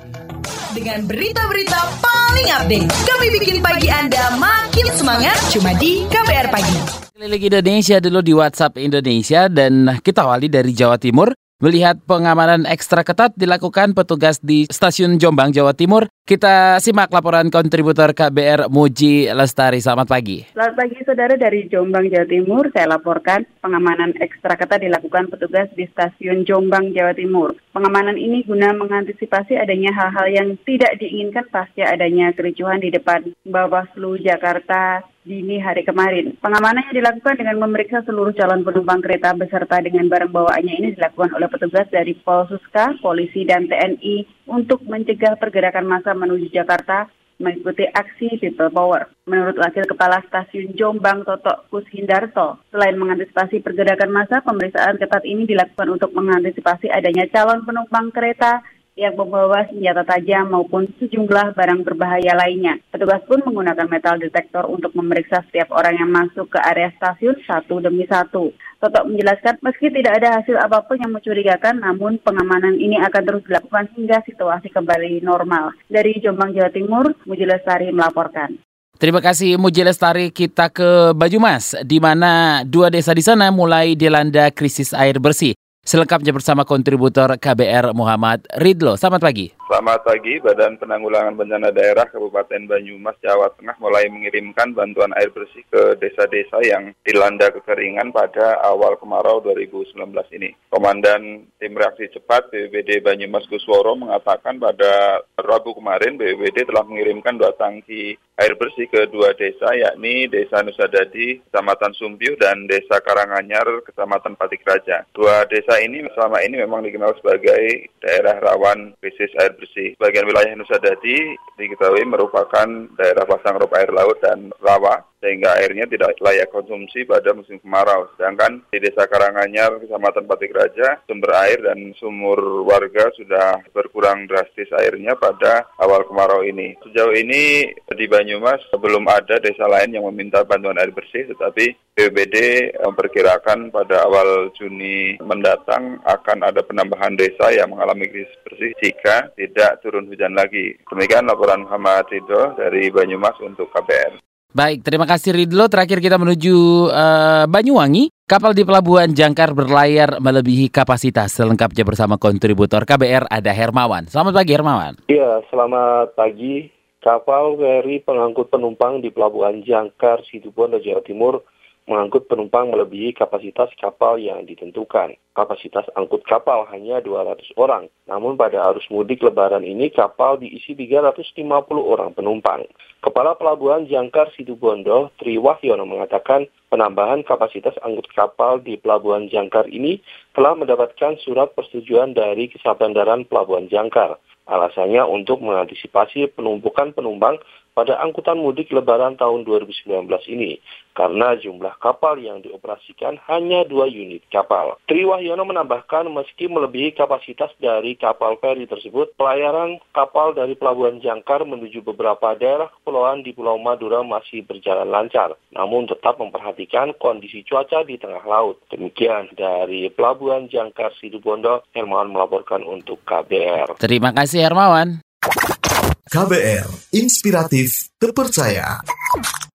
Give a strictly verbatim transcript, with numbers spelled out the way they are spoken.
Dengan berita-berita paling update, kami bikin pagi Anda makin semangat cuma di K B R Pagi. Keliling Indonesia dulu di WhatsApp Indonesia dan kita awali dari Jawa Timur. Melihat pengamanan ekstra ketat dilakukan petugas di Stasiun Jombang, Jawa Timur. Kita simak laporan kontributor K B R Muji Lestari. Selamat pagi. Selamat pagi saudara, dari Jombang, Jawa Timur. Saya laporkan pengamanan ekstra ketat dilakukan petugas di Stasiun Jombang, Jawa Timur. Pengamanan ini guna mengantisipasi adanya hal-hal yang tidak diinginkan pasca adanya kericuhan di depan Bawaslu Jakarta dini hari kemarin. Pengamanan yang dilakukan dengan memeriksa seluruh calon penumpang kereta beserta dengan barang bawaannya ini dilakukan oleh petugas dari Polsuska, polisi, dan T N I untuk mencegah pergerakan massa menuju Jakarta mengikuti aksi People Power. Menurut Wakil Kepala Stasiun Jombang, Toto Kushindarto, selain mengantisipasi pergerakan massa, pemeriksaan ketat ini dilakukan untuk mengantisipasi adanya calon penumpang kereta yang membawa senjata tajam maupun sejumlah barang berbahaya lainnya. Petugas pun menggunakan metal detektor untuk memeriksa setiap orang yang masuk ke area stasiun satu demi satu. Toto menjelaskan, meski tidak ada hasil apapun yang mencurigakan, namun pengamanan ini akan terus dilakukan hingga situasi kembali normal. Dari Jombang, Jawa Timur, Muji Lestari melaporkan. Terima kasih Muji Lestari. Kita ke Banyumas, di mana dua desa di sana mulai dilanda krisis air bersih. Selengkapnya bersama kontributor K B R Muhammad Ridlo. Selamat pagi. Selamat pagi. Badan Penanggulangan Bencana Daerah Kabupaten Banyumas, Jawa Tengah mulai mengirimkan bantuan air bersih ke desa-desa yang dilanda kekeringan pada awal kemarau dua ribu sembilan belas ini. Komandan Tim Reaksi Cepat B B B D Banyumas Gusworo mengatakan pada Rabu kemarin B B B D telah mengirimkan dua tangki air bersih ke dua desa, yakni Desa Nusadadi, Kecamatan Sumpiuh, dan Desa Karanganyar, Kecamatan Patikraja. Dua desa ini selama ini memang dikenal sebagai daerah rawan krisis air bersih. Bagian wilayah Nusadadi diketahui merupakan daerah pasang rob air laut dan rawa, sehingga airnya tidak layak konsumsi pada musim kemarau. Sedangkan di Desa Karanganyar, Kecamatan Patikraja, sumber air dan sumur warga sudah berkurang drastis airnya pada awal kemarau ini. Sejauh ini di Banyumas belum ada desa lain yang meminta bantuan air bersih, tetapi B B B D memperkirakan pada awal Juni mendatang akan ada penambahan desa yang mengalami krisis bersih jika tidak turun hujan lagi. Demikian laporan Muhammad Ridho dari Banyumas untuk K B R. Baik, terima kasih Ridlo. Terakhir kita menuju uh, Banyuwangi. Kapal di Pelabuhan Jangkar berlayar melebihi kapasitas. Selengkapnya bersama kontributor K B R ada Hermawan. Selamat pagi Hermawan. Iya, selamat pagi. Kapal feri pengangkut penumpang di Pelabuhan Jangkar, Situbondo, Jawa Timur mengangkut penumpang melebihi kapasitas kapal yang ditentukan. Kapasitas angkut kapal hanya dua ratus orang. Namun pada arus mudik lebaran ini kapal diisi tiga ratus lima puluh orang penumpang. Kepala Pelabuhan Jangkar Situbondo, Tri Wahyono, mengatakan penambahan kapasitas angkut kapal di Pelabuhan Jangkar ini telah mendapatkan surat persetujuan dari Kesabandaran Pelabuhan Jangkar. Alasannya untuk mengantisipasi penumpukan penumpang pada angkutan mudik lebaran tahun dua ribu sembilan belas ini, karena jumlah kapal yang dioperasikan hanya dua unit kapal. Tri Wahyono menambahkan meski melebihi kapasitas dari kapal feri tersebut, pelayaran kapal dari Pelabuhan Jangkar menuju beberapa daerah kepulauan di Pulau Madura masih berjalan lancar, namun tetap memperhatikan kondisi cuaca di tengah laut. Demikian dari Pelabuhan Jangkar Situbondo, Hermawan melaporkan untuk K B R. Terima kasih Hermawan. K B R, inspiratif, terpercaya.